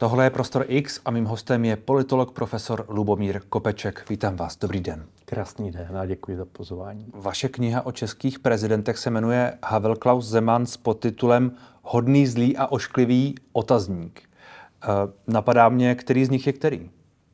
Tohle je Prostor X a mým hostem je politolog profesor Lubomír Kopeček. Vítám vás, dobrý den. Krásný den a děkuji za pozvání. Vaše kniha o českých prezidentech se jmenuje Havel, Klaus, Zeman s podtitulem Hodný, zlý a ošklivý otazník. Napadá mě, který z nich je který?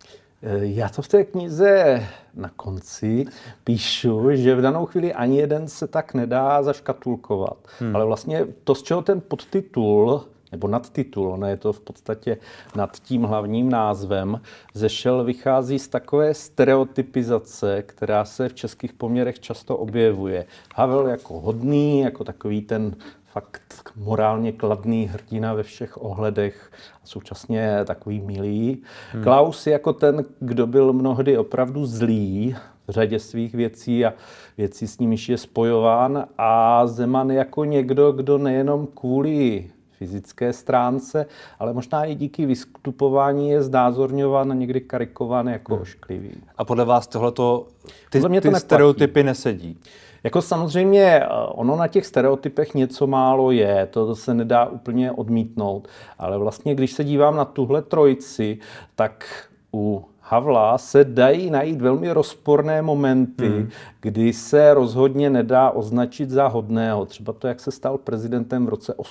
Já to v té knize na konci píšu, že v danou chvíli ani jeden se tak nedá zaškatulkovat. Ale vlastně to, z čeho ten podtitul nebo nadtitul, ono je to v podstatě nad tím hlavním názvem, zešel, vychází z takové stereotypizace, která se v českých poměrech často objevuje. Havel jako hodný, jako takový ten fakt morálně kladný hrdina ve všech ohledech a současně takový milý. Klaus jako ten, kdo byl mnohdy opravdu zlý v řadě svých věcí a věcí s nimiž je spojován, a Zeman jako někdo, kdo nejenom kvůli fyzické stránce, ale možná i díky vystupování je znázorňován a někdy karikován jako ošklivý. A podle vás tohleto, ty stereotypy nesedí? Jako samozřejmě ono na těch stereotypech něco málo je, to se nedá úplně odmítnout, ale vlastně když se dívám na tuhle trojici, tak u Havla se dají najít velmi rozporné momenty, kdy se rozhodně nedá označit za hodného. Třeba to, jak se stal prezidentem v roce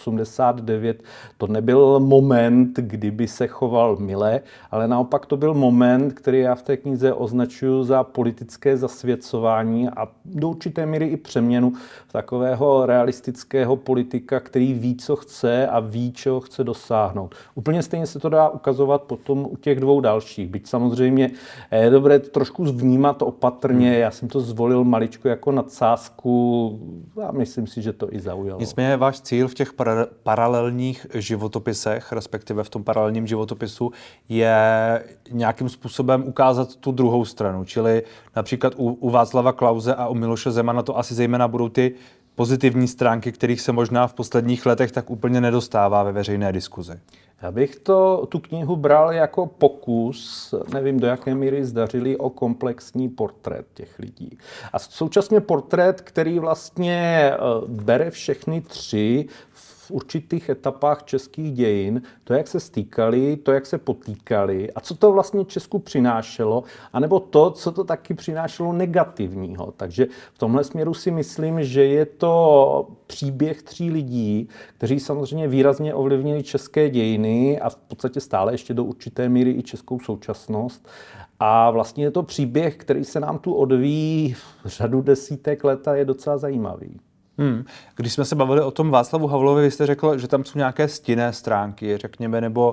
89, to nebyl moment, kdyby se choval mile, ale naopak to byl moment, který já v té knize označuji za politické zasvěcování a do určité míry i přeměnu takového realistického politika, který ví, co chce a ví, čeho chce dosáhnout. Úplně stejně se to dá ukazovat potom u těch dvou dalších. Byť samozřejmě je dobré to trošku vnímat opatrně. Já jsem to zvolil maličko jako nadsázku a myslím si, že to i zaujalo. Nicméně váš cíl v těch paralelních životopisech, respektive v tom paralelním životopisu, je nějakým způsobem ukázat tu druhou stranu. Čili například u Václava Klause a u Miloše Zemana to asi zejména budou ty pozitivní stránky, kterých se možná v posledních letech tak úplně nedostává ve veřejné diskuzi. Já bych tu knihu bral jako pokus, nevím do jaké míry zdařilý, o komplexní portrét těch lidí. A současně portrét, který vlastně bere všechny tři v určitých etapách českých dějin, to, jak se stýkali, to, jak se potýkali a co to vlastně Česku přinášelo, anebo to, co to taky přinášelo negativního. Takže v tomhle směru si myslím, že je to příběh tří lidí, kteří samozřejmě výrazně ovlivnili české dějiny a v podstatě stále ještě do určité míry i českou současnost. A vlastně je to příběh, který se nám tu odvíjí řadu desítek let a je docela zajímavý. Když jsme se bavili o tom Václavu Havlovi, vy jste řekl, že tam jsou nějaké stinné stránky, řekněme, nebo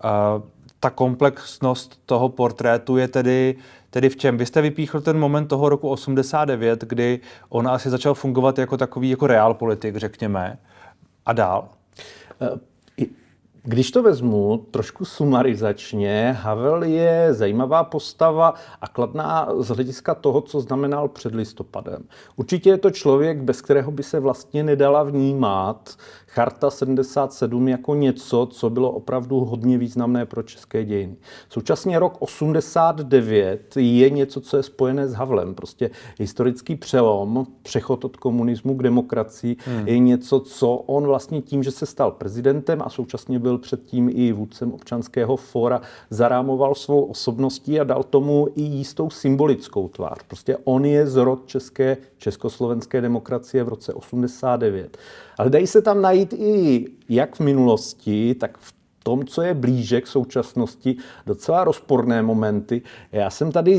ta komplexnost toho portrétu je tedy v čem? Vy jste vypíchl ten moment toho roku 89, kdy on asi začal fungovat jako takový jako realpolitik, řekněme, a dál? Když to vezmu trošku sumarizačně, Havel je zajímavá postava a kladná z hlediska toho, co znamenal před listopadem. Určitě je to člověk, bez kterého by se vlastně nedala vnímat Charta 77 jako něco, co bylo opravdu hodně významné pro české dějiny. Současně rok 89 je něco, co je spojené s Havlem. Prostě historický přelom, přechod od komunismu k demokracii je něco, co on vlastně tím, že se stal prezidentem a současně byl předtím i vůdcem Občanského fóra, zarámoval svou osobností a dal tomu i jistou symbolickou tvář. Prostě on je zrod československé demokracie v roce 89. Ale dají se tam najít i jak v minulosti, tak v tom, co je blíže k současnosti, docela rozporné momenty. Já jsem tady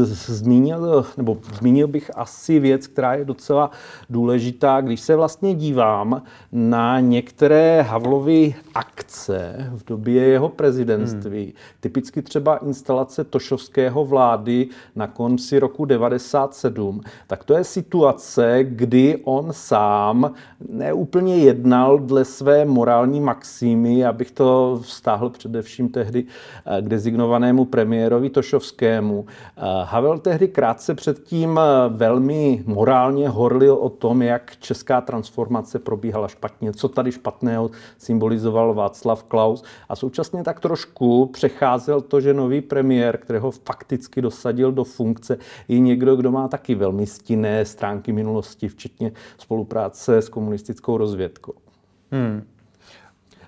zmínil bych asi věc, která je docela důležitá, když se vlastně dívám na některé Havlovy akce v době jeho prezidentství. Typicky třeba instalace Tošovského vlády na konci roku 97. Tak to je situace, kdy on sám neúplně jednal dle své morální maximy, abych to vztáhl především tehdy k designovanému premiérovi Tošovskému. Havel tehdy krátce předtím velmi morálně horlil o tom, jak česká transformace probíhala špatně, co tady špatného symbolizoval Václav Klaus a současně tak trošku přecházel to, že nový premiér, kterého fakticky dosadil do funkce, je někdo, kdo má taky velmi stinné stránky minulosti, včetně spolupráce s komunistickou rozvědkou.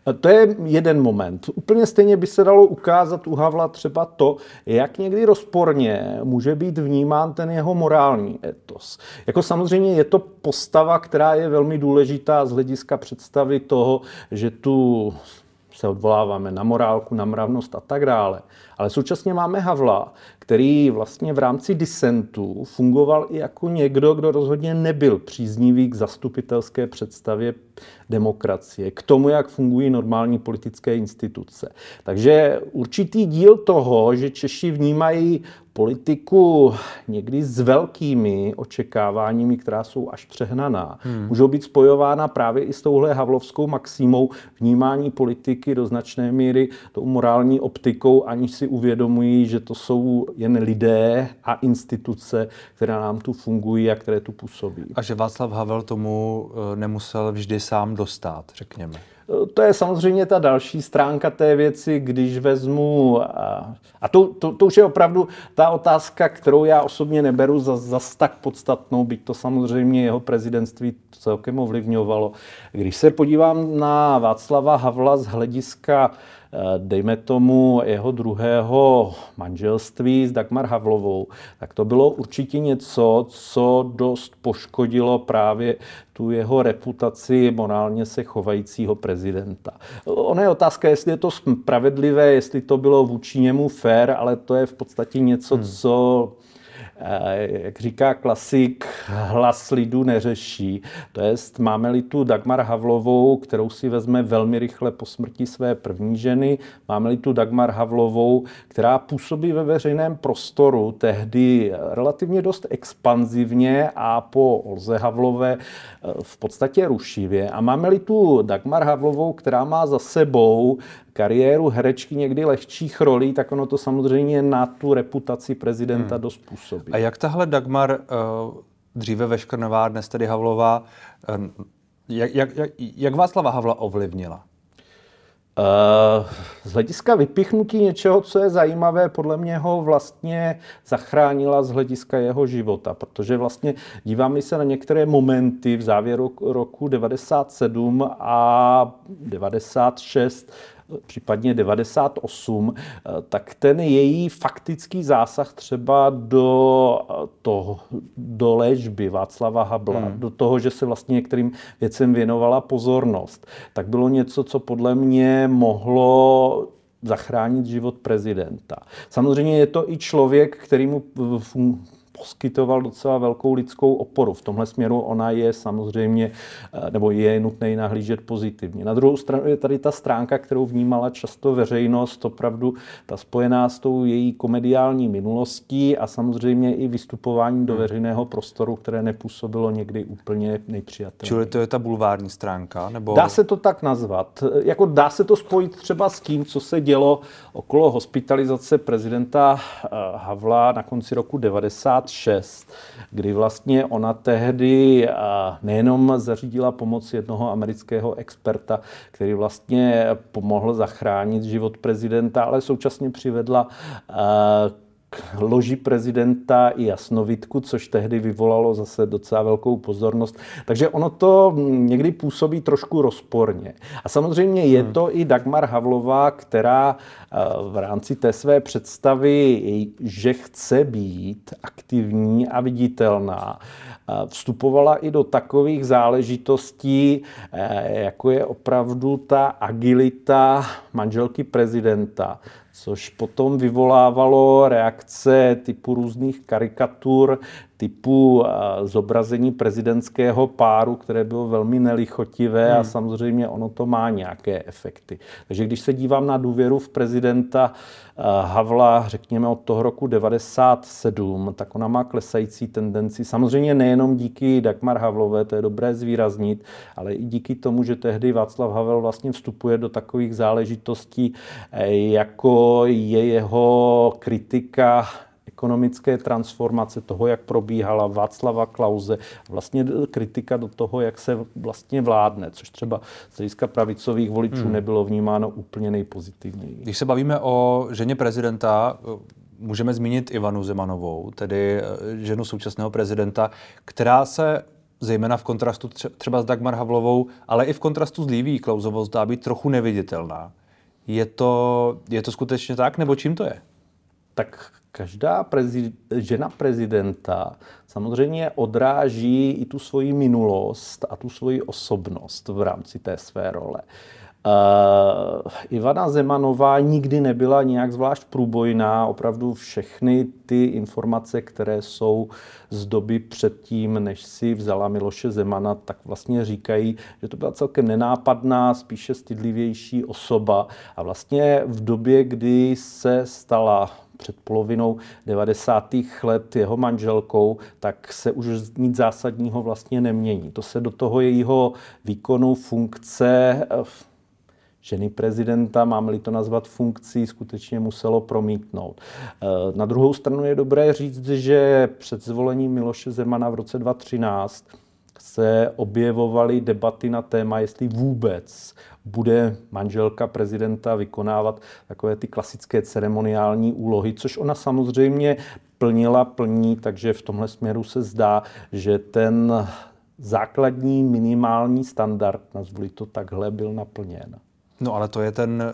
To je jeden moment. Úplně stejně by se dalo ukázat u Havla třeba to, jak někdy rozporně může být vnímán ten jeho morální etos. Jako samozřejmě je to postava, která je velmi důležitá z hlediska představy toho, že tu se odvoláváme na morálku, na mravnost a tak dále. Ale současně máme Havla, který vlastně v rámci disentu fungoval i jako někdo, kdo rozhodně nebyl příznivý k zastupitelské představě demokracie, k tomu, jak fungují normální politické instituce. Takže určitý díl toho, že Češi vnímají politiku někdy s velkými očekáváními, která jsou až přehnaná, můžou být spojována právě i s touhle havlovskou maximou vnímání politiky do značné míry tou morální optikou, aniž si uvědomují, že to jsou jen lidé a instituce, které nám tu fungují a které tu působí. A že Václav Havel tomu nemusel vždy sám dostát, řekněme. To je samozřejmě ta další stránka té věci, když vezmu, a to už je opravdu ta otázka, kterou já osobně neberu zas tak podstatnou, byť to samozřejmě jeho prezidentství celkem ovlivňovalo. Když se podívám na Václava Havla z hlediska, dejme tomu, jeho druhého manželství s Dagmar Havlovou, tak to bylo určitě něco, co dost poškodilo právě tu jeho reputaci morálně se chovajícího prezidenta. Ona je otázka, jestli je to spravedlivé, jestli to bylo vůči němu fair, ale to je v podstatě něco, co, jak říká klasik, hlas lidu neřeší. To jest, máme-li tu Dagmar Havlovou, kterou si vezme velmi rychle po smrti své první ženy, máme-li tu Dagmar Havlovou, která působí ve veřejném prostoru tehdy relativně dost expanzivně a po Olze Havlové v podstatě rušivě. A máme-li tu Dagmar Havlovou, která má za sebou kariéru herečky někdy lehčích rolí, tak ono to samozřejmě na tu reputaci prezidenta dost působí. A jak tahle Dagmar, dříve Veškrnová, dnes tedy Havlová, jak Václava Havla ovlivnila? Z hlediska vypichnutí něčeho, co je zajímavé, podle mě ho vlastně zachránila z hlediska jeho života, protože vlastně díváme se na některé momenty v závěru roku 97 a 96, případně 98, tak ten její faktický zásah třeba do léčby Václava Havla, do toho, že se vlastně některým věcem věnovala pozornost, tak bylo něco, co podle mě mohlo zachránit život prezidenta. Samozřejmě je to i člověk, který mu poskytoval docela velkou lidskou oporu. V tomhle směru ona je samozřejmě, nebo je nutné ji nahlížet pozitivně. Na druhou stranu je tady ta stránka, kterou vnímala často veřejnost, opravdu ta spojená s tou její komediální minulostí a samozřejmě i vystupování do veřejného prostoru, které nepůsobilo někdy úplně nejpřijatelněji. Čili to je ta bulvární stránka? Nebo... Dá se to tak nazvat. Jako dá se to spojit třeba s tím, co se dělo okolo hospitalizace prezidenta Havla na konci roku 96, kdy vlastně ona tehdy nejenom zařídila pomoc jednoho amerického experta, který vlastně pomohl zachránit život prezidenta, ale současně přivedla k loži prezidenta i jasnovitku, což tehdy vyvolalo zase docela velkou pozornost. Takže ono to někdy působí trošku rozporně. A samozřejmě je to i Dagmar Havlová, která v rámci té své představy, že chce být aktivní a viditelná, vstupovala i do takových záležitostí, jako je opravdu ta agilita manželky prezidenta, což potom vyvolávalo reakce typu různých karikatur, typu zobrazení prezidentského páru, které bylo velmi nelichotivé a samozřejmě ono to má nějaké efekty. Takže když se dívám na důvěru v prezidenta Havla, řekněme od toho roku 97, tak ona má klesající tendenci. Samozřejmě nejenom díky Dagmar Havlové, to je dobré zvýraznit, ale i díky tomu, že tehdy Václav Havel vlastně vstupuje do takových záležitostí, jako je jeho kritika ekonomické transformace, toho, jak probíhala Václava Klause, vlastně kritika do toho, jak se vlastně vládne, což třeba z hlediska pravicových voličů nebylo vnímáno úplně nejpozitivněji. Když se bavíme o ženě prezidenta, můžeme zmínit Ivanu Zemanovou, tedy ženu současného prezidenta, která se zejména v kontrastu třeba s Dagmar Havlovou, ale i v kontrastu s Livií Klausovou zdá být trochu neviditelná. Je to skutečně tak, nebo čím to je? Tak každá žena prezidenta samozřejmě odráží i tu svoji minulost a tu svoji osobnost v rámci té své role. Ivana Zemanová nikdy nebyla nějak zvlášť průbojná. Opravdu všechny ty informace, které jsou z doby předtím, než si vzala Miloše Zemana, tak vlastně říkají, že to byla celkem nenápadná, spíše stydlivější osoba. A vlastně v době, kdy se stala před polovinou 90. let jeho manželkou, tak se už nic zásadního vlastně nemění. To se do toho jejího výkonu funkce ženy prezidenta, máme-li to nazvat funkcí, skutečně muselo promítnout. Na druhou stranu je dobré říct, že před zvolením Miloše Zemana v roce 2013 se objevovaly debaty na téma, jestli vůbec bude manželka prezidenta vykonávat takové ty klasické ceremoniální úlohy, což ona samozřejmě plní, takže v tomhle směru se zdá, že ten základní minimální standard, nazvu to takhle, byl naplněn. No ale to je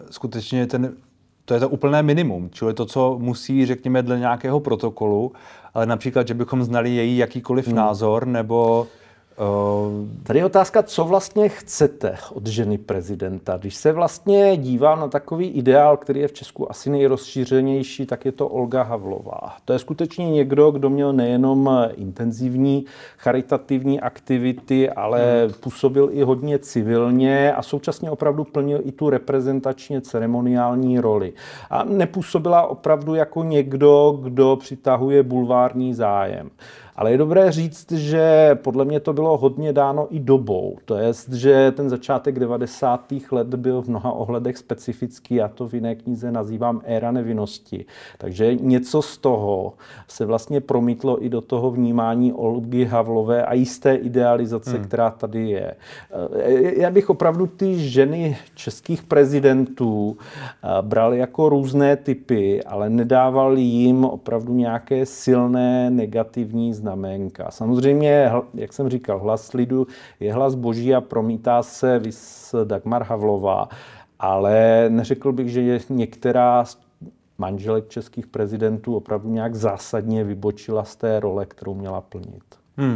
to je to úplné minimum, čili to, co musí, řekněme, dle nějakého protokolu, ale například, že bychom znali její jakýkoliv názor, nebo... Tady je otázka, co vlastně chcete od ženy prezidenta. Když se vlastně dívám na takový ideál, který je v Česku asi nejrozšířenější, tak je to Olga Havlová. To je skutečně někdo, kdo měl nejenom intenzivní charitativní aktivity, ale působil i hodně civilně a současně opravdu plnil i tu reprezentačně ceremoniální roli. A nepůsobila opravdu jako někdo, kdo přitahuje bulvární zájem. Ale je dobré říct, že podle mě to bylo hodně dáno i dobou. To je, že ten začátek 90. let byl v mnoha ohledech specifický, já to v jiné knize nazývám éra nevinnosti. Takže něco z toho se vlastně promítlo i do toho vnímání Olgy Havlové a jisté idealizace, která tady je. Já bych opravdu ty ženy českých prezidentů bral jako různé typy, ale nedával jim opravdu nějaké silné negativní znaménka. Samozřejmě, jak jsem říkal, hlas lidu je hlas boží a promítá se vis Dagmar Havlová, ale neřekl bych, že je některá z manželek českých prezidentů opravdu nějak zásadně vybočila z té role, kterou měla plnit.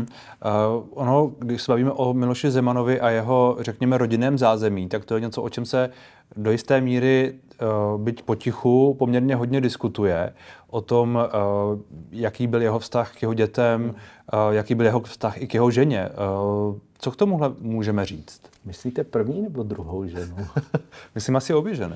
Když se bavíme o Miloši Zemanovi a jeho, řekněme, rodinném zázemí, tak to je něco, o čem se do jisté míry, byť potichu, poměrně hodně diskutuje. O tom, jaký byl jeho vztah k jeho dětem, jaký byl jeho vztah i k jeho ženě. Co k tomuhle můžeme říct? Myslíte první nebo druhou ženu? Myslím asi obě ženy.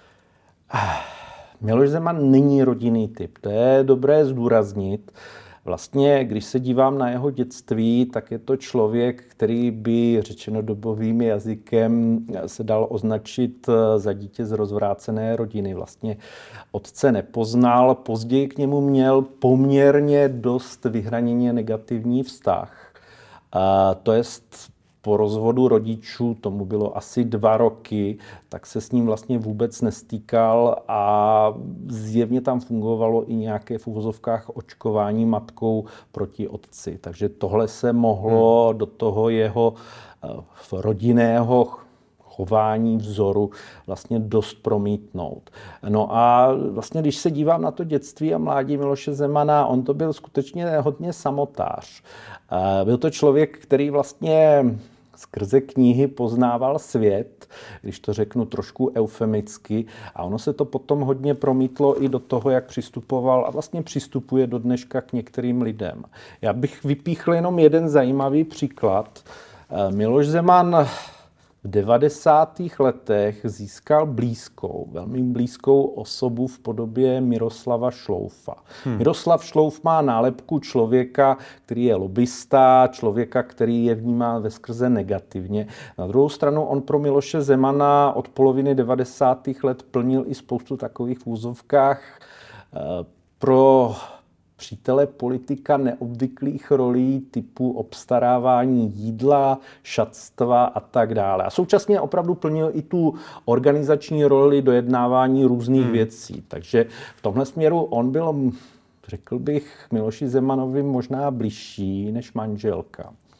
Miloš Zeman není rodinný typ. To je dobré zdůraznit. Vlastně, když se dívám na jeho dětství, tak je to člověk, který by, řečeno dobovým jazykem, se dal označit za dítě z rozvrácené rodiny. Vlastně otce nepoznal, později k němu měl poměrně dost vyhraněně negativní vztah. To jest po rozvodu rodičů, tomu bylo asi 2 roky, tak se s ním vlastně vůbec nestýkal a zjevně tam fungovalo i nějaké v uvozovkách očkování matkou proti otci. Takže tohle se mohlo do toho jeho rodinného chování, vzoru vlastně dost promítnout. No a vlastně, když se dívám na to dětství a mládí Miloše Zemana, on to byl skutečně hodně samotář. Byl to člověk, který vlastně skrze knihy poznával svět, když to řeknu trošku eufemicky, a ono se to potom hodně promítlo i do toho, jak přistupoval a vlastně přistupuje do dneška k některým lidem. Já bych vypíchl jenom jeden zajímavý příklad. Miloš Zeman v 90. letech získal velmi blízkou osobu v podobě Miroslava Šloufa. Miroslav Šlouf má nálepku člověka, který je lobista, člověka, který je vnímán veskrze negativně. Na druhou stranu on pro Miloše Zemana od poloviny 90. let plnil i spoustu takových v úzovkách pro přítele politika neobvyklých rolí typu obstarávání jídla, šatstva a tak dále. A současně opravdu plnil i tu organizační roli dojednávání různých věcí. Takže v tomhle směru on byl, řekl bych, Miloši Zemanovi možná bližší než manželka.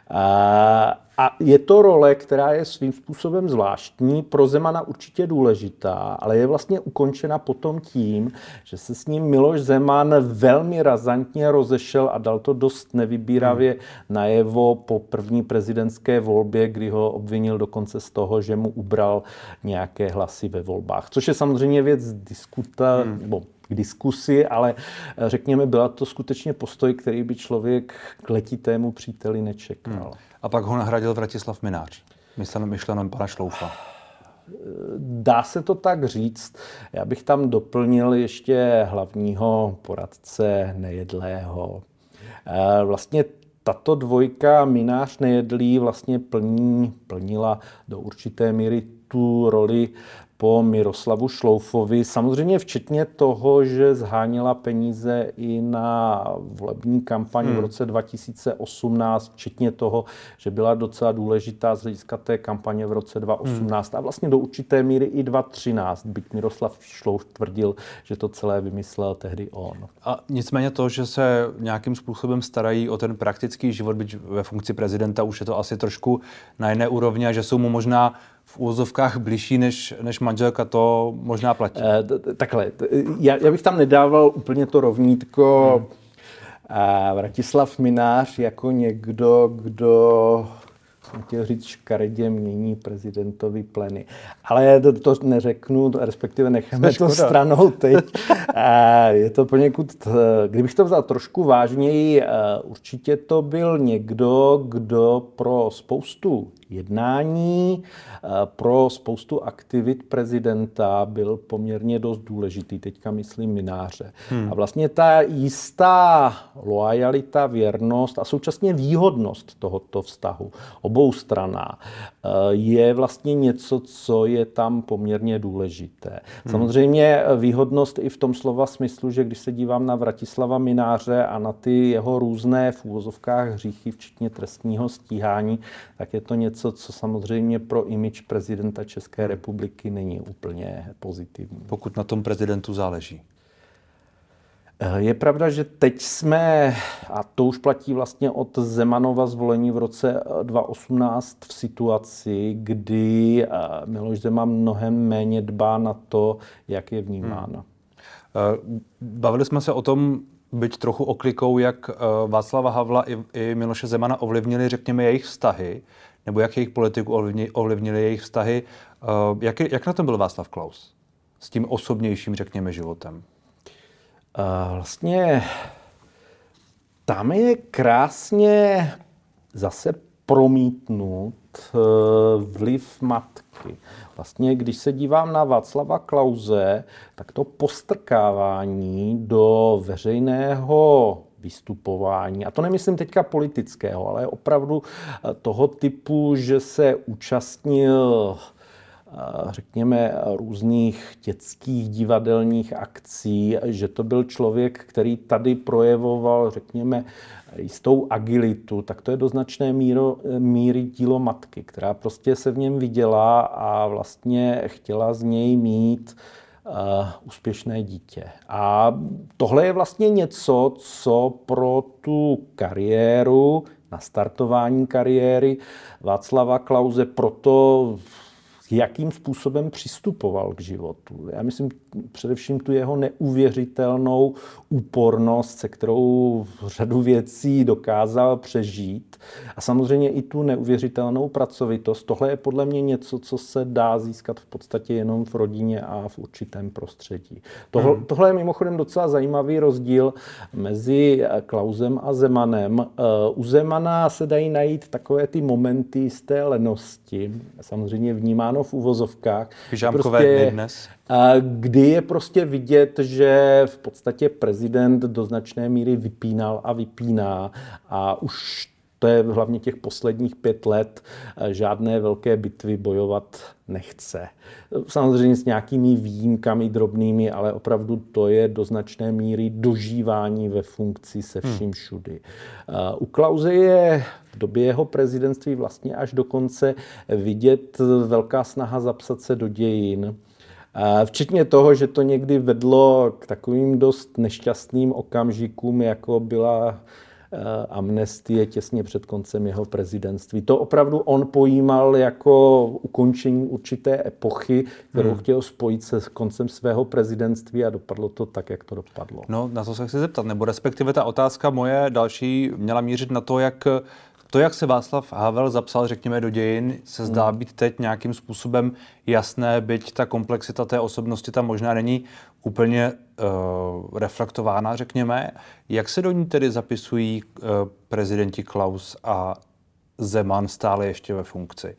A je to role, která je svým způsobem zvláštní, pro Zemana určitě důležitá, ale je vlastně ukončena potom tím, že se s ním Miloš Zeman velmi razantně rozešel a dal to dost nevybíravě najevo po první prezidentské volbě, kdy ho obvinil dokonce z toho, že mu ubral nějaké hlasy ve volbách. Což je samozřejmě věc nebo k diskusi, ale řekněme, byla to skutečně postoj, který by člověk k letitému příteli nečekal. A pak ho nahradil Vratislav Mynář, myšleno pana Šloufa. Dá se to tak říct. Já bych tam doplnil ještě hlavního poradce Nejedlého. Vlastně tato dvojka Mynář Nejedlý vlastně plnila do určité míry tu roli po Miroslavu Šloufovi. Samozřejmě včetně toho, že zháněla peníze i na volební kampaň v roce 2018, včetně toho, že byla docela důležitá z hlediska té kampaně v roce 2018 a vlastně do určité míry i 2013, byť Miroslav Šlouf tvrdil, že to celé vymyslel tehdy on. A nicméně to, že se nějakým způsobem starají o ten praktický život, byť ve funkci prezidenta už je to asi trošku na jiné úrovni a že jsou mu možná v úvozovkách bližší než manželka, to možná platí. Takhle, já bych tam nedával úplně to rovnítko Vratislav Mynář jako někdo, kdo, jsem chtěl říct, škaredě mění prezidentovi pleny. Ale to neřeknu, respektive necháme to stranou teď. Je to poněkud, kdybych to vzal trošku vážněji, určitě to byl někdo, kdo pro spoustu jednání, pro spoustu aktivit prezidenta byl poměrně dost důležitý, teďka myslím Mynáře. A vlastně ta jistá loajalita, věrnost a současně výhodnost tohoto vztahu oboustranná je vlastně něco, co je tam poměrně důležité. Samozřejmě výhodnost i v tom slova smyslu, že když se dívám na Vratislava Mynáře a na ty jeho různé v úvozovkách hříchy, včetně trestního stíhání, tak je to něco, co samozřejmě pro image prezidenta České republiky není úplně pozitivní. Pokud na tom prezidentu záleží. Je pravda, že teď jsme, a to už platí vlastně od Zemanova zvolení v roce 2018, v situaci, kdy Miloš Zeman mnohem méně dbá na to, jak je vnímán. Bavili jsme se o tom, byť trochu oklikou, jak Václava Havla i Miloše Zemana ovlivnili, řekněme, jejich vztahy, nebo jak jejich politiku ovlivnili jejich vztahy. Jak na tom byl Václav Klaus? S tím osobnějším, řekněme, životem? Vlastně tam je krásně zase promítnut vliv matky. Vlastně, když se dívám na Václava Klause, tak to postrkávání do veřejného vystupování, a to nemyslím teďka politického, ale opravdu toho typu, že se účastnil, řekněme, různých dětských divadelních akcí, že to byl člověk, který tady projevoval, řekněme, jistou agilitu, tak to je do značné míry dílo matky, která prostě se v něm viděla a vlastně chtěla z něj mít úspěšné dítě. A tohle je vlastně něco, co pro tu kariéru, nastartování kariéry Václava Klause, proto jakým způsobem přistupoval k životu. Já myslím především tu jeho neuvěřitelnou úpornost, se kterou řadu věcí dokázal přežít. A samozřejmě i tu neuvěřitelnou pracovitost. Tohle je podle mě něco, co se dá získat v podstatě jenom v rodině a v určitém prostředí. Tohle je mimochodem docela zajímavý rozdíl mezi Klausem a Zemanem. U Zemana se dají najít takové ty momenty z té lenosti, samozřejmě vnímáno v uvozovkách. Pyžámkové dny dnes. Kdy je prostě vidět, že v podstatě prezident do značné míry vypínal a vypíná a už to je hlavně těch posledních 5 let, žádné velké bitvy bojovat nechce. Samozřejmě s nějakými výjimkami drobnými, ale opravdu to je do značné míry dožívání ve funkci se vším všudy. U Klause je v době jeho prezidentství vlastně až dokonce vidět velká snaha zapsat se do dějin. Včetně toho, že to někdy vedlo k takovým dost nešťastným okamžikům, jako byla amnestie těsně před koncem jeho prezidentství. To opravdu on pojímal jako ukončení určité epochy, kterou chtěl spojit se koncem svého prezidentství a dopadlo to tak, jak to dopadlo. No, na to se chci zeptat, nebo respektive ta otázka moje další měla mířit na to, jak se Václav Havel zapsal, řekněme, do dějin, se zdá být teď nějakým způsobem jasné, byť ta komplexita té osobnosti tam možná není úplně reflektována, řekněme. Jak se do ní tedy zapisují prezidenti Klaus a Zeman stále ještě ve funkci?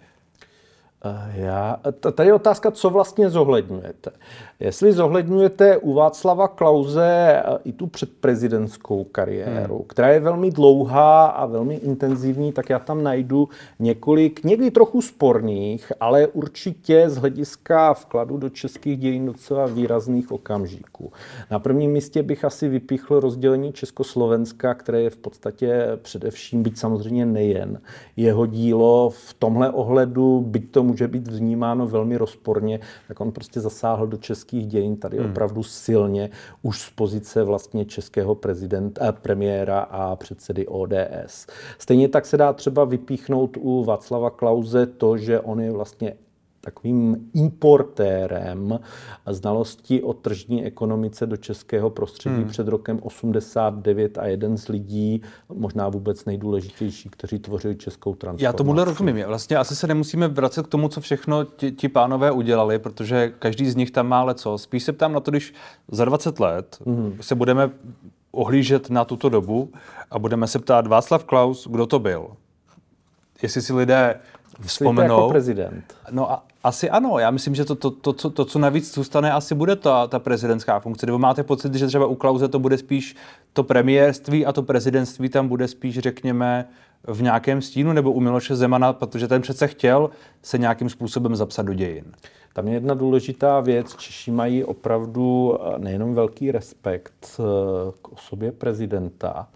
Tady je otázka, co vlastně zohledňujete. Jestli zohledňujete u Václava Klause i tu předprezidentskou kariéru, která je velmi dlouhá a velmi intenzivní, tak já tam najdu několik, někdy trochu sporných, ale určitě z hlediska vkladu do českých dějin docela výrazných okamžiků. Na prvním místě bych asi vypíchl rozdělení Československa, které je v podstatě především, byť samozřejmě nejen jeho dílo v tomhle ohledu, byť to může být vnímáno velmi rozporně, tak on prostě zasáhl do českých dějin tady opravdu silně, už z pozice vlastně českého premiéra a předsedy ODS. Stejně tak se dá třeba vypíchnout u Václava Klause to, že on je vlastně takovým importérem znalosti o tržní ekonomice do českého prostředí před rokem 89 a jeden z lidí, možná vůbec nejdůležitější, kteří tvořili českou transformaci. Já tomuhle rozumím. Vlastně asi se nemusíme vracet k tomu, co všechno ti pánové udělali, protože každý z nich tam má leco. Spíš se ptám na to, když za 20 let se budeme ohlížet na tuto dobu a budeme se ptát Václav Klaus, kdo to byl. Jestli si lidé vzpomenou. Jako prezident. No a asi ano. Já myslím, že to, co navíc zůstane, asi bude ta prezidentská funkce. Nebo máte pocit, že třeba u Klause to bude spíš to premiérství a to prezidentství tam bude spíš, řekněme, v nějakém stínu, nebo u Miloše Zemana, protože ten přece chtěl se nějakým způsobem zapsat do dějin. Tam je jedna důležitá věc. Češi mají opravdu nejenom velký respekt k osobě prezidenta,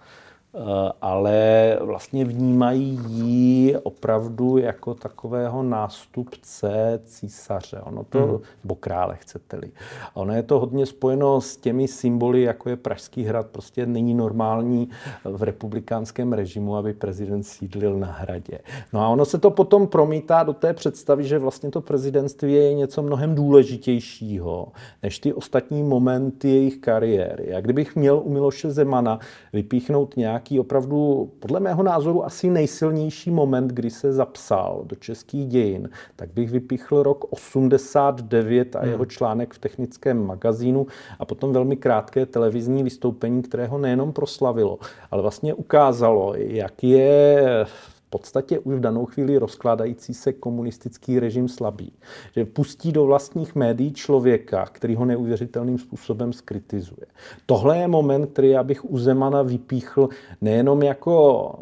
ale vlastně vnímají ji opravdu jako takového nástupce císaře, nebo krále, chcete-li. A ono je to hodně spojeno s těmi symboly, jako je Pražský hrad. Prostě není normální v republikánském režimu, aby prezident sídlil na hradě. No a ono se to potom promítá do té představy, že vlastně to prezidentství je něco mnohem důležitějšího než ty ostatní momenty jejich kariéry. A kdybych měl u Miloše Zemana vypíchnout nějaký opravdu, podle mého názoru, asi nejsilnější moment, kdy se zapsal do českých dějin, tak bych vypíchl rok 89 a jeho článek v Technickém magazínu a potom velmi krátké televizní vystoupení, které ho nejenom proslavilo, ale vlastně ukázalo, jak je v podstatě už v danou chvíli rozkládající se komunistický režim slabý. Že pustí do vlastních médií člověka, který ho neuvěřitelným způsobem skritizuje. Tohle je moment, který já bych u Zemana vypíchl nejenom jako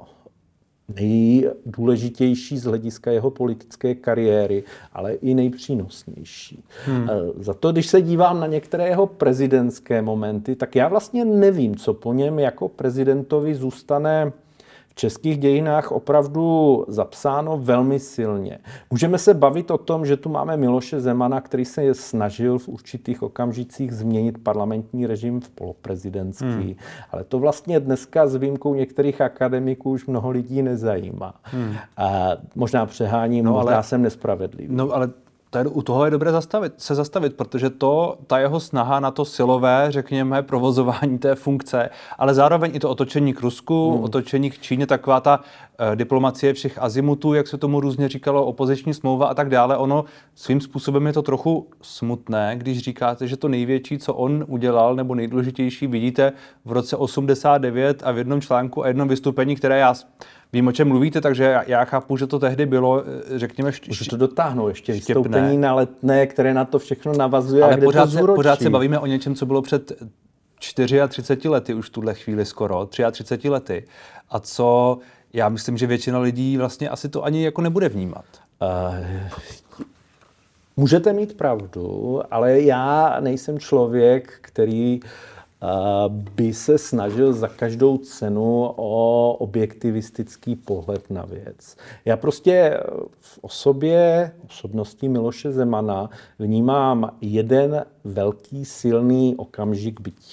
nejdůležitější z hlediska jeho politické kariéry, ale i nejpřínosnější. Za to, když se dívám na některé jeho prezidentské momenty, tak já vlastně nevím, co po něm jako prezidentovi zůstane v českých dějinách opravdu zapsáno velmi silně. Můžeme se bavit o tom, že tu máme Miloše Zemana, který se snažil v určitých okamžicích změnit parlamentní režim v poloprezidentský, ale to vlastně dneska s výjimkou některých akademiků už mnoho lidí nezajímá. A možná přeháním, možná jsem nespravedlivý. No ale u toho je dobré se zastavit, protože ta jeho snaha na to silové, řekněme, provozování té funkce, ale zároveň i to otočení k Rusku, otočení k Číně, taková ta diplomacie všech azimutů, jak se tomu různě říkalo, opoziční smlouva a tak dále. Ono svým způsobem je to trochu smutné, když říkáte, že to největší, co on udělal, nebo nejdůležitější, vidíte v roce 89 a v jednom článku a jednom vystoupení, které já vím, o čem mluvíte, takže já chápu, že to tehdy bylo, řekněme, Můžu to dotáhnout ještě vystoupení na Letné, které na to všechno navazuje. Ale pořád se bavíme o něčem, co bylo před 34 lety, už v tuhle chvíli skoro, 33 lety. A co já myslím, že většina lidí vlastně asi to ani jako nebude vnímat. Můžete mít pravdu, ale já nejsem člověk, který by se snažil za každou cenu o objektivistický pohled na věc. Já prostě v osobnosti Miloše Zemana vnímám jeden velký silný okamžik, byť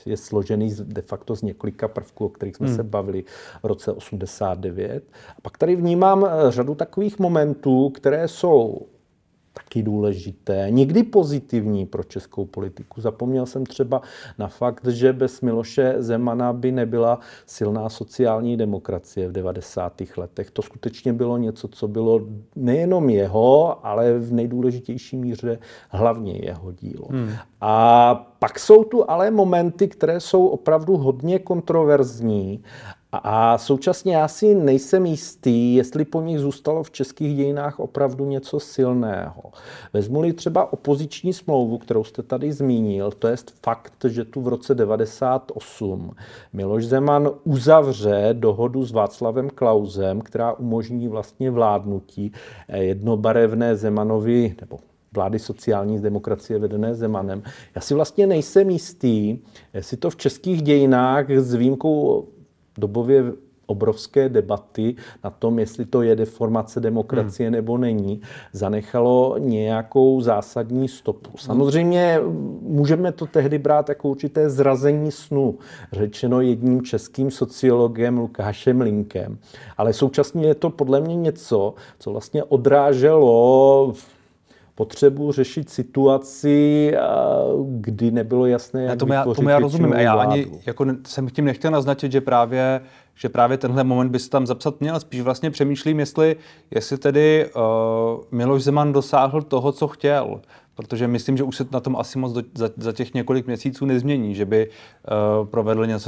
je složený de facto z několika prvků, o kterých jsme se bavili v roce 89. A pak tady vnímám řadu takových momentů, které jsou taky důležité, někdy pozitivní pro českou politiku. Zapomněl jsem třeba na fakt, že bez Miloše Zemana by nebyla silná sociální demokracie v 90. letech. To skutečně bylo něco, co bylo nejenom jeho, ale v nejdůležitější míře hlavně jeho dílo. A pak jsou tu ale momenty, které jsou opravdu hodně kontroverzní. A současně já si nejsem jistý, jestli po nich zůstalo v českých dějinách opravdu něco silného. Vezmu-li třeba opoziční smlouvu, kterou jste tady zmínil, to je fakt, že tu v roce 98 Miloš Zeman uzavře dohodu s Václavem Klausem, která umožní vlastně vládnutí jednobarevné Zemanovy, nebo vlády sociální demokracie vedené Zemanem. Já si vlastně nejsem jistý, jestli to v českých dějinách s výjimkou dobově obrovské debaty na tom, jestli to je deformace demokracie nebo není, zanechalo nějakou zásadní stopu. Samozřejmě můžeme to tehdy brát jako určité zrazení snu, řečeno jedním českým sociologem Lukášem Linkem. Ale současně je to podle mě něco, co vlastně odráželo potřebu řešit situaci, kdy nebylo jasné, jak vytvořit tomu já rozumím. A já vládu. ani jako jsem tím nechtěl naznačit, že právě tenhle moment by se tam zapsat měl. Spíš vlastně přemýšlím, jestli tedy Miloš Zeman dosáhl toho, co chtěl. Protože myslím, že už se na tom asi moc za těch několik měsíců nezmění, že by provedl něco,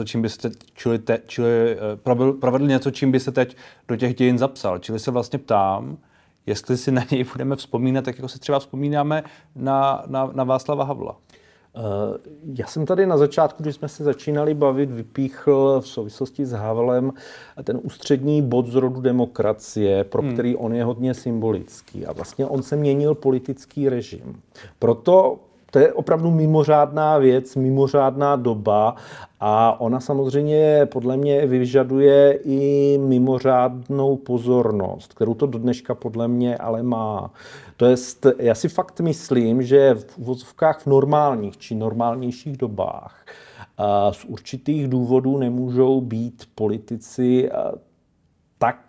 provedl něco, čím by se teď do těch dějin zapsal. Čili se vlastně ptám, jestli si na něj budeme vzpomínat, tak jako se třeba vzpomínáme na Václava Havla. Já jsem tady na začátku, když jsme se začínali bavit, vypíchl v souvislosti s Havlem ten ústřední bod z rodu demokracie, pro který on je hodně symbolický. A vlastně on se měnil politický režim. Proto to je opravdu mimořádná věc, mimořádná doba a ona samozřejmě podle mě vyžaduje i mimořádnou pozornost, kterou to do dneška podle mě ale má. To jest, já si fakt myslím, že v uvozovkách v normálních či normálnějších dobách z určitých důvodů nemůžou být politici tak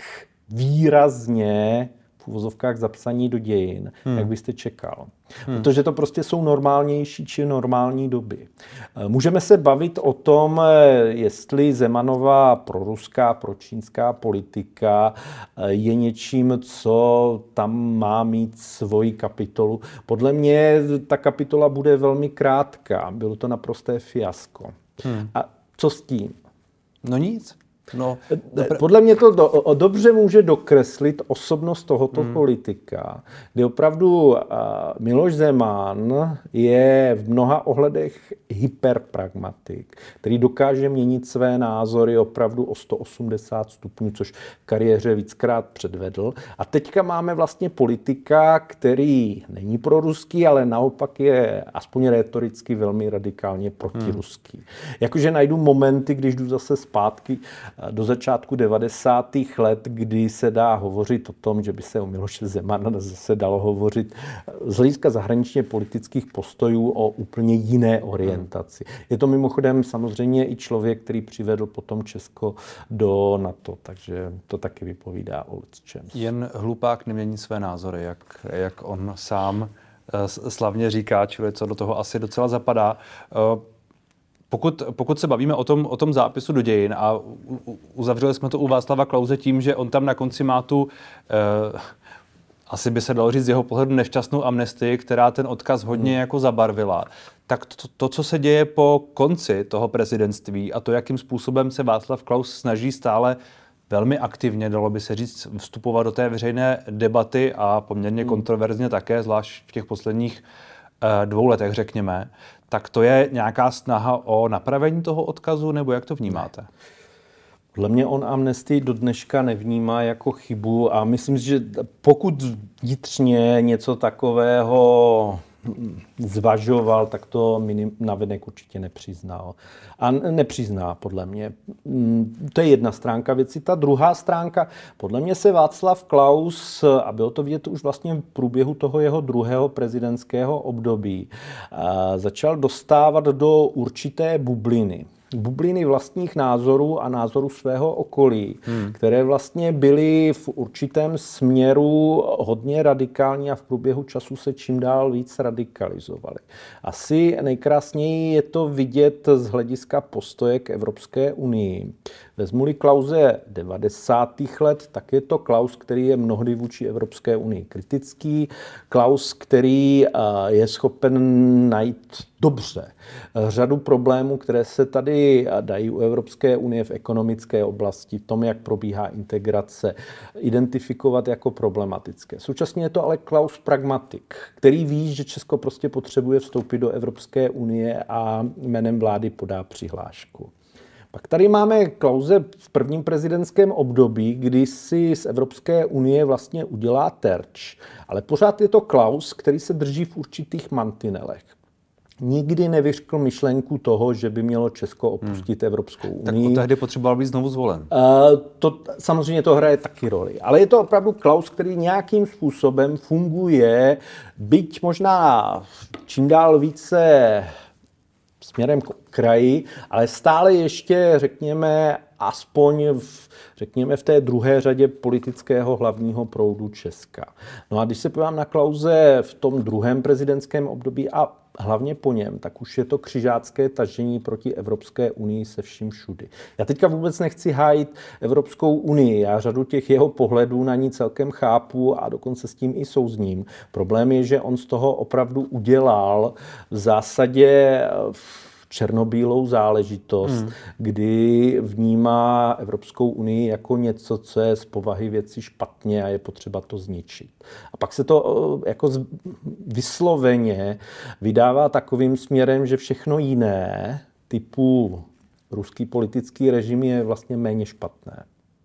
výrazně v uvozovkách zapsaní do dějin, jak byste čekal. Protože to prostě jsou normálnější či normální doby. Můžeme se bavit o tom, jestli Zemanová proruská, pročínská politika je něčím, co tam má mít svoji kapitolu. Podle mě ta kapitola bude velmi krátká. Bylo to naprosté fiasko. A co s tím? No nic. No, podle mě to dobře může dokreslit osobnost tohoto politika, kdy opravdu Miloš Zeman je v mnoha ohledech hyperpragmatik, který dokáže měnit své názory opravdu o 180 stupňů, což v kariéře víckrát předvedl. A teďka máme vlastně politika, který není proruský, ale naopak je aspoň rétoricky velmi radikálně protiruský. Jakože najdu momenty, když jdu zase zpátky do začátku 90. let, kdy se dá hovořit o tom, že by se o Miloše Zemana zase dalo hovořit z hlediska zahraničně politických postojů o úplně jiné orientaci. Je to mimochodem samozřejmě i člověk, který přivedl potom Česko do NATO, takže to taky vypovídá o lecčem. Jen hlupák nemění své názory, jak on sám slavně říká, čili co do toho asi docela zapadá. Pokud se bavíme o tom zápisu do dějin a uzavřeli jsme to u Václava Klause tím, že on tam na konci má tu, asi by se dalo říct z jeho pohledu nešťastnou amnestii, která ten odkaz hodně jako zabarvila, tak to, co se děje po konci toho prezidentství a to, jakým způsobem se Václav Klaus snaží stále velmi aktivně, dalo by se říct, vstupovat do té veřejné debaty a poměrně kontroverzně také, zvlášť v těch posledních 2 letech, řekněme, tak to je nějaká snaha o napravení toho odkazu, nebo jak to vnímáte? Podle mě on amnestii do dneška nevnímá jako chybu a myslím si, že pokud vnitřně něco takového zvažoval, tak to navenek určitě nepřiznal. A nepřizná, podle mě. To je jedna stránka věci. Ta druhá stránka, podle mě se Václav Klaus, a bylo to vidět už vlastně v průběhu toho jeho druhého prezidentského období, začal dostávat do určité bubliny. Bubliny vlastních názorů a názorů svého okolí, které vlastně byly v určitém směru hodně radikální a v průběhu času se čím dál víc radikalizovaly. Asi nejkrásněji je to vidět z hlediska postoje k Evropské unii. Vezmu-li Klause 90. let, tak je to Klaus, který je mnohdy vůči Evropské unii kritický, Klaus, který je schopen najít dobře řadu problémů, které se tady dají u Evropské unie v ekonomické oblasti, v tom, jak probíhá integrace, identifikovat jako problematické. Současně je to ale Klaus pragmatik, který ví, že Česko prostě potřebuje vstoupit do Evropské unie a jménem vlády podá přihlášku. Pak tady máme Klause v prvním prezidentském období, kdy si z Evropské unie vlastně udělá terč. Ale pořád je to Klaus, který se drží v určitých mantinelech. Nikdy nevyřkl myšlenku toho, že by mělo Česko opustit Evropskou unii. Tak tehdy potřeboval být znovu zvolen. Samozřejmě to hraje taky roli. Ale je to opravdu Klaus, který nějakým způsobem funguje, byť možná čím dál více směrem k kraji, ale stále ještě, řekněme, aspoň v té druhé řadě politického hlavního proudu Česka. No a když se podívám na Klause v tom druhém prezidentském období a hlavně po něm, tak už je to křižácké tažení proti Evropské unii se vším všudy. Já teďka vůbec nechci hájit Evropskou unii. Já řadu těch jeho pohledů na ní celkem chápu a dokonce s tím i souzním. Problém je, že on z toho opravdu udělal v zásadě černobílou záležitost, kdy vnímá Evropskou unii jako něco, co je z povahy věci špatně a je potřeba to zničit. A pak se to jako vysloveně vydává takovým směrem, že všechno jiné, typu ruský politický režim, je vlastně méně špatné.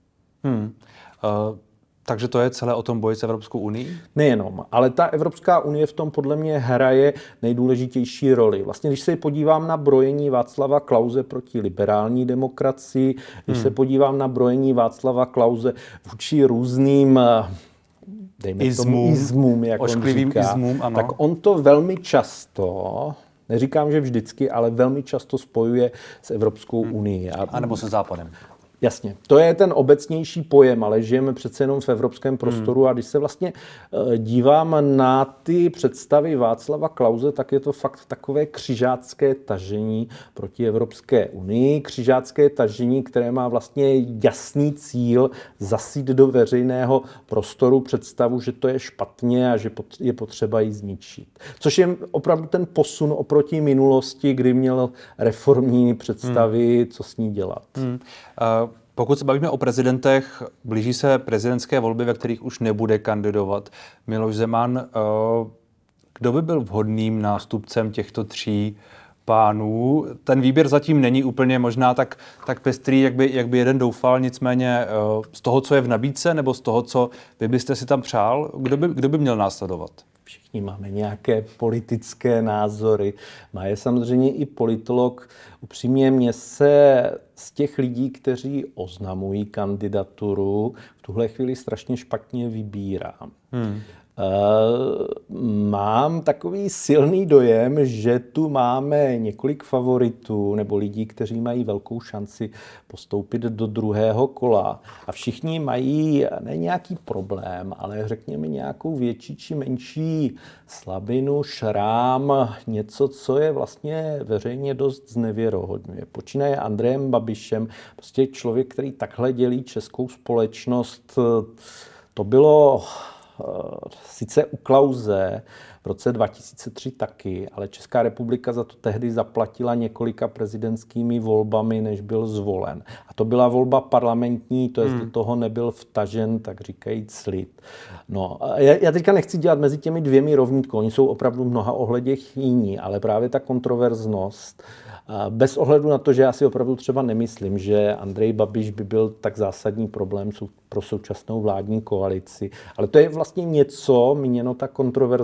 Takže to je celé o tom boji s Evropskou unií? Nejenom, ale ta Evropská unie v tom podle mě hraje nejdůležitější roli. Vlastně, když se podívám na brojení Václava Klause proti liberální demokracii, když se podívám na brojení Václava Klause vůči různým izmům, jak on říká, ano. Tak on to velmi často, neříkám, že vždycky, ale velmi často spojuje s Evropskou unii. A nebo se Západem. Jasně, to je ten obecnější pojem, ale žijeme přece jenom v evropském prostoru a když se vlastně dívám na ty představy Václava Klause, tak je to fakt takové křižácké tažení proti Evropské unii, křižácké tažení, které má vlastně jasný cíl zasít do veřejného prostoru představu, že to je špatně a že je potřeba ji zničit. Což je opravdu ten posun oproti minulosti, kdy měl reformní představy, co s ní dělat. Pokud se bavíme o prezidentech, blíží se prezidentské volby, ve kterých už nebude kandidovat Miloš Zeman. Kdo by byl vhodným nástupcem těchto tří pánů? Ten výběr zatím není úplně možná tak pestrý, jak by jeden doufal, nicméně z toho, co je v nabídce, nebo z toho, co vy byste si tam přál, kdo by měl následovat? Všichni máme nějaké politické názory. Má je samozřejmě i politolog. Upřímně mě se z těch lidí, kteří oznamují kandidaturu, v tuhle chvíli strašně špatně vybírám. Mám takový silný dojem, že tu máme několik favoritů nebo lidí, kteří mají velkou šanci postoupit do druhého kola. A všichni mají ne nějaký problém, ale řekněme nějakou větší či menší slabinu, šrám, něco, co je vlastně veřejně dost znevěrohodňuje. Počínaje Andrejem Babišem, prostě člověk, který takhle dělí českou společnost. To bylo sice u Klause v roce 2003 taky, ale Česká republika za to tehdy zaplatila několika prezidentskými volbami, než byl zvolen. A to byla volba parlamentní, to jest do toho nebyl vtažen, tak říkajíc, lid. No, já teďka nechci dělat mezi těmi dvěmi rovnítko, oni jsou opravdu v mnoha ohledech jiní, ale právě ta kontroverznost, bez ohledu na to, že já si opravdu třeba nemyslím, že Andrej Babiš by byl tak zásadní problém pro současnou vládní koalici, ale to je vlastně něco, míněno ta kontroverznost,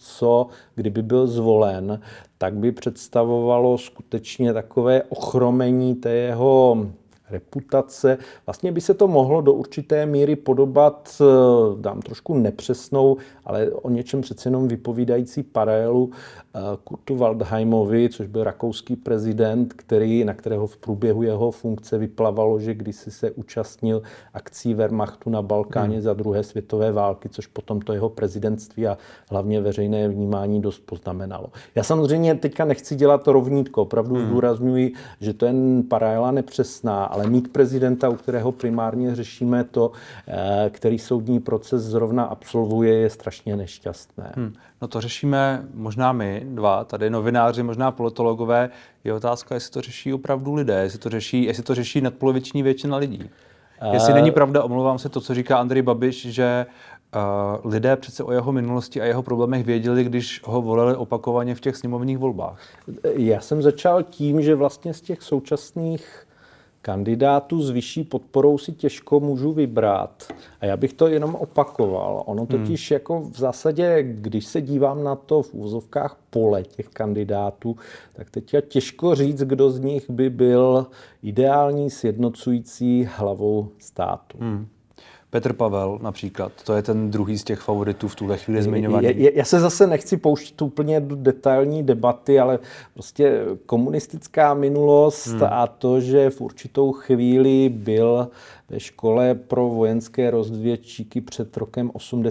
co, kdyby byl zvolen, tak by představovalo skutečně takové ochromení té jeho reputace. Vlastně by se to mohlo do určité míry podobat, dám trošku nepřesnou, ale o něčem přece jenom vypovídající paralelu Kurtu Waldheimovi, což byl rakouský prezident, na kterého v průběhu jeho funkce vyplavalo, že kdysi se účastnil akcí Wehrmachtu na Balkáně za druhé světové války, což potom to jeho prezidentství a hlavně veřejné vnímání dost poznamenalo. Já samozřejmě teďka nechci dělat rovnítko, opravdu zdůrazňuji, že to je paralela nepřesná, ale mít prezidenta, u kterého primárně řešíme to, který soudní proces zrovna absolvuje, je strašně nešťastné. No to řešíme možná my dva, tady novináři, možná politologové. Je otázka, jestli to řeší opravdu lidé, jestli to řeší nadpoloviční většina lidí. Jestli není pravda, omlouvám se, to, co říká Andrej Babiš, že lidé přece o jeho minulosti a jeho problémech věděli, když ho volili opakovaně v těch sněmovních volbách. Já jsem začal tím, že vlastně z těch současných kandidátů s vyšší podporou si těžko můžu vybrat. A já bych to jenom opakoval. Ono totiž jako v zásadě, když se dívám na to v úvozovkách pole těch kandidátů, tak teď je těžko říct, kdo z nich by byl ideální sjednocující hlavou státu. Petr Pavel například, to je ten druhý z těch favoritů v tuhle chvíli zmiňovaný. Já se zase nechci pouštět úplně do detailní debaty, ale prostě komunistická minulost a to, že v určitou chvíli byl ve škole pro vojenské rozvědčíky před rokem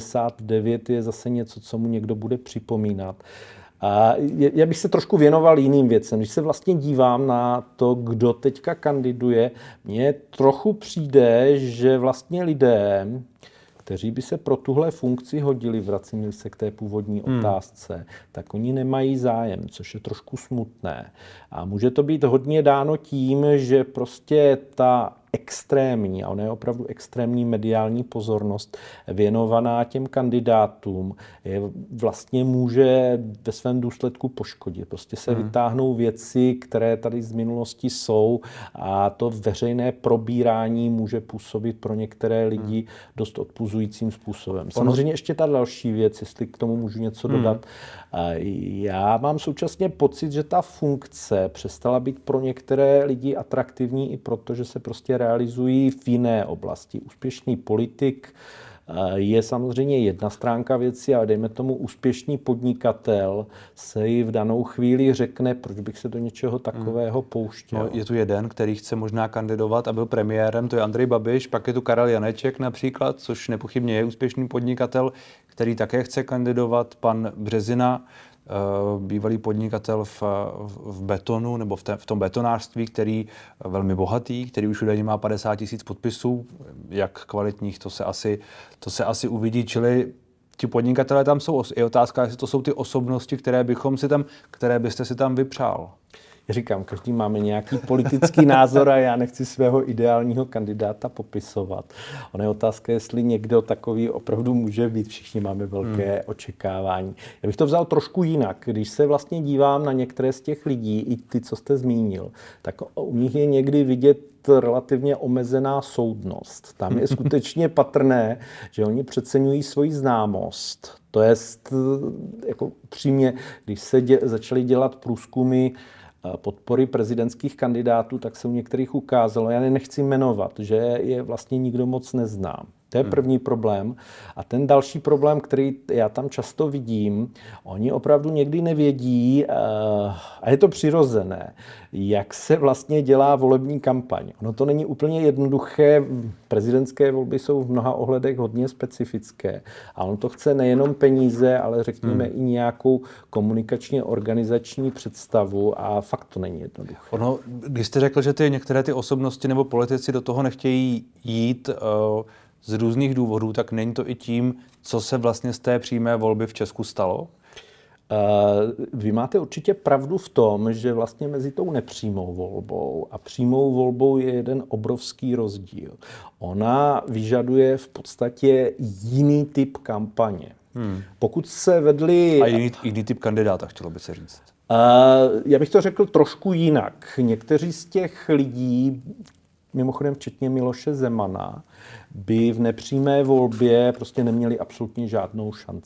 89, je zase něco, co mu někdo bude připomínat. A já bych se trošku věnoval jiným věcem. Když se vlastně dívám na to, kdo teďka kandiduje, mně trochu přijde, že vlastně lidé, kteří by se pro tuhle funkci hodili, vracím se k té původní otázce, tak oni nemají zájem, což je trošku smutné. A může to být hodně dáno tím, že prostě ta extrémní, a ona je opravdu extrémní mediální pozornost věnovaná těm kandidátům, vlastně může ve svém důsledku poškodit. Prostě se vytáhnou věci, které tady z minulosti jsou a to veřejné probírání může působit pro některé lidi dost odpuzujícím způsobem. Samozřejmě ještě ta další věc, jestli k tomu můžu něco dodat. Já mám současně pocit, že ta funkce přestala být pro některé lidi atraktivní i proto, že se prostě realizují v jiné oblasti. Úspěšný politik je samozřejmě jedna stránka věci, ale dejme tomu úspěšný podnikatel se jí v danou chvíli řekne, proč bych se do něčeho takového pouštěl. No, je tu jeden, který chce možná kandidovat a byl premiérem, to je Andrej Babiš, pak je tu Karel Janeček například, což nepochybně je úspěšný podnikatel, který také chce kandidovat, pan Březina, bývalý podnikatel v betonu nebo v tom betonářství, který velmi bohatý, který už údajně má 50 000 podpisů, jak kvalitních, to se asi uvidí, čili ti podnikatelé tam jsou. Je otázka, jestli to jsou ty osobnosti, které byste si tam vypřál. Já říkám, každý máme nějaký politický názor a já nechci svého ideálního kandidáta popisovat. Ona je otázka, jestli někdo takový opravdu může být. Všichni máme velké očekávání. Já bych to vzal trošku jinak. Když se vlastně dívám na některé z těch lidí, i ty, co jste zmínil, tak u nich je někdy vidět relativně omezená soudnost. Tam je skutečně patrné, že oni přeceňují svoji známost. To jest, jako přímě, když se začaly dělat průzkumy podpory prezidentských kandidátů, tak se u některých ukázalo, já nechci jmenovat, že je vlastně nikdo moc nezná. To je první problém. A ten další problém, který já tam často vidím, oni opravdu někdy nevědí, a je to přirozené, jak se vlastně dělá volební kampaň. Ono to není úplně jednoduché. Prezidentské volby jsou v mnoha ohledech hodně specifické. A on to chce nejenom peníze, ale řekněme i nějakou komunikačně organizační představu a fakt to není jednoduché. Ono, když jste řekl, že některé ty osobnosti nebo politici do toho nechtějí jít z různých důvodů, tak není to i tím, co se vlastně z té přímé volby v Česku stalo? Vy máte určitě pravdu v tom, že vlastně mezi tou nepřímou volbou a přímou volbou je jeden obrovský rozdíl. Ona vyžaduje v podstatě jiný typ kampaně. Pokud se vedli... A jiný typ kandidáta, chtělo by se říct. Já bych to řekl trošku jinak. Někteří z těch lidí, mimochodem včetně Miloše Zemana, by v nepřímé volbě prostě neměli absolutně žádnou šanci.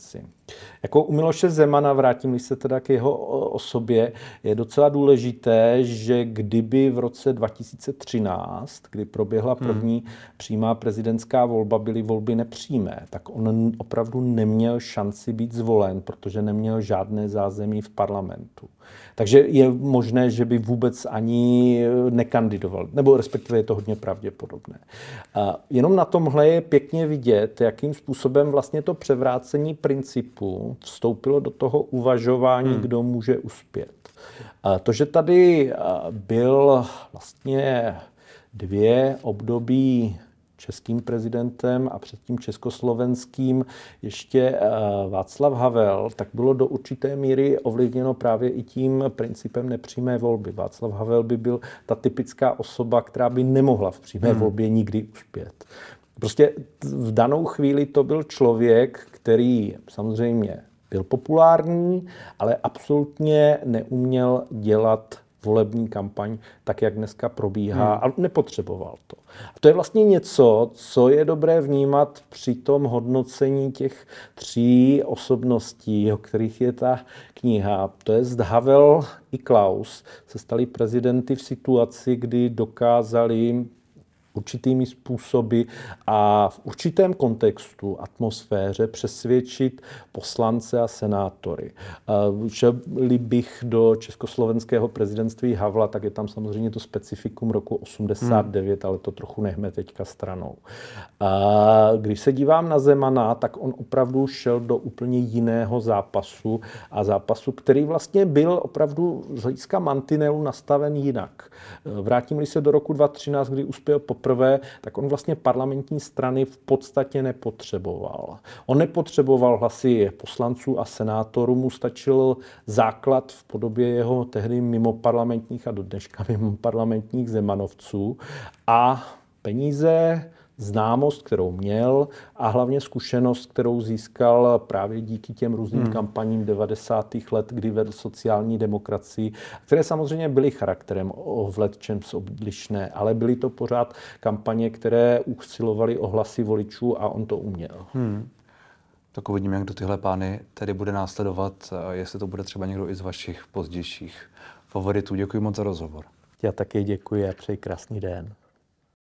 Jako u Miloše Zemana, vrátím se teda k jeho osobě, je docela důležité, že kdyby v roce 2013, kdy proběhla první přímá prezidentská volba, byly volby nepřímé, tak on opravdu neměl šanci být zvolen, protože neměl žádné zázemí v parlamentu. Takže je možné, že by vůbec ani nekandidoval, nebo respektive je to hodně pravděpodobné. Jenom na tomhle je pěkně vidět, jakým způsobem vlastně to převrácení principu vstoupilo do toho uvažování, kdo může uspět. To, že tady byl vlastně 2 období českým prezidentem a předtím československým ještě Václav Havel, tak bylo do určité míry ovlivněno právě i tím principem nepřímé volby. Václav Havel by byl ta typická osoba, která by nemohla v přímé volbě nikdy uspět. Prostě v danou chvíli to byl člověk, který samozřejmě byl populární, ale absolutně neuměl dělat volební kampaň tak, jak dneska probíhá, a nepotřeboval to. A to je vlastně něco, co je dobré vnímat při tom hodnocení těch 3 osobností, o kterých je ta kniha. To je Havel i Klaus se stali prezidenty v situaci, kdy dokázali určitými způsoby a v určitém kontextu, atmosféře přesvědčit poslance a senátory. Šel-li bych do československého prezidentství Havla, tak je tam samozřejmě to specifikum roku 89, ale to trochu nechme teďka stranou. Když se dívám na Zemana, tak on opravdu šel do úplně jiného zápasu a zápasu, který vlastně byl opravdu z hlediska mantinelu nastaven jinak. Vrátím-li se do roku 2013, kdy uspěl poprvé, tak on vlastně parlamentní strany v podstatě nepotřeboval. On nepotřeboval hlasy poslanců a senátorů, mu stačil základ v podobě jeho tehdy mimoparlamentních a do dneška mimoparlamentních zemanovců a peníze, známost, kterou měl a hlavně zkušenost, kterou získal právě díky těm různým kampaním 90. let, kdy vedl sociální demokracii, které samozřejmě byly charakterem v lecčems odlišné, ale byly to pořád kampaně, které usilovaly o hlasy voličů a on to uměl. Tak uvidíme, jak do tyhle pány tedy bude následovat, jestli to bude třeba někdo i z vašich pozdějších favoritů. Děkuji moc za rozhovor. Já taky děkuji a přeji krásný den.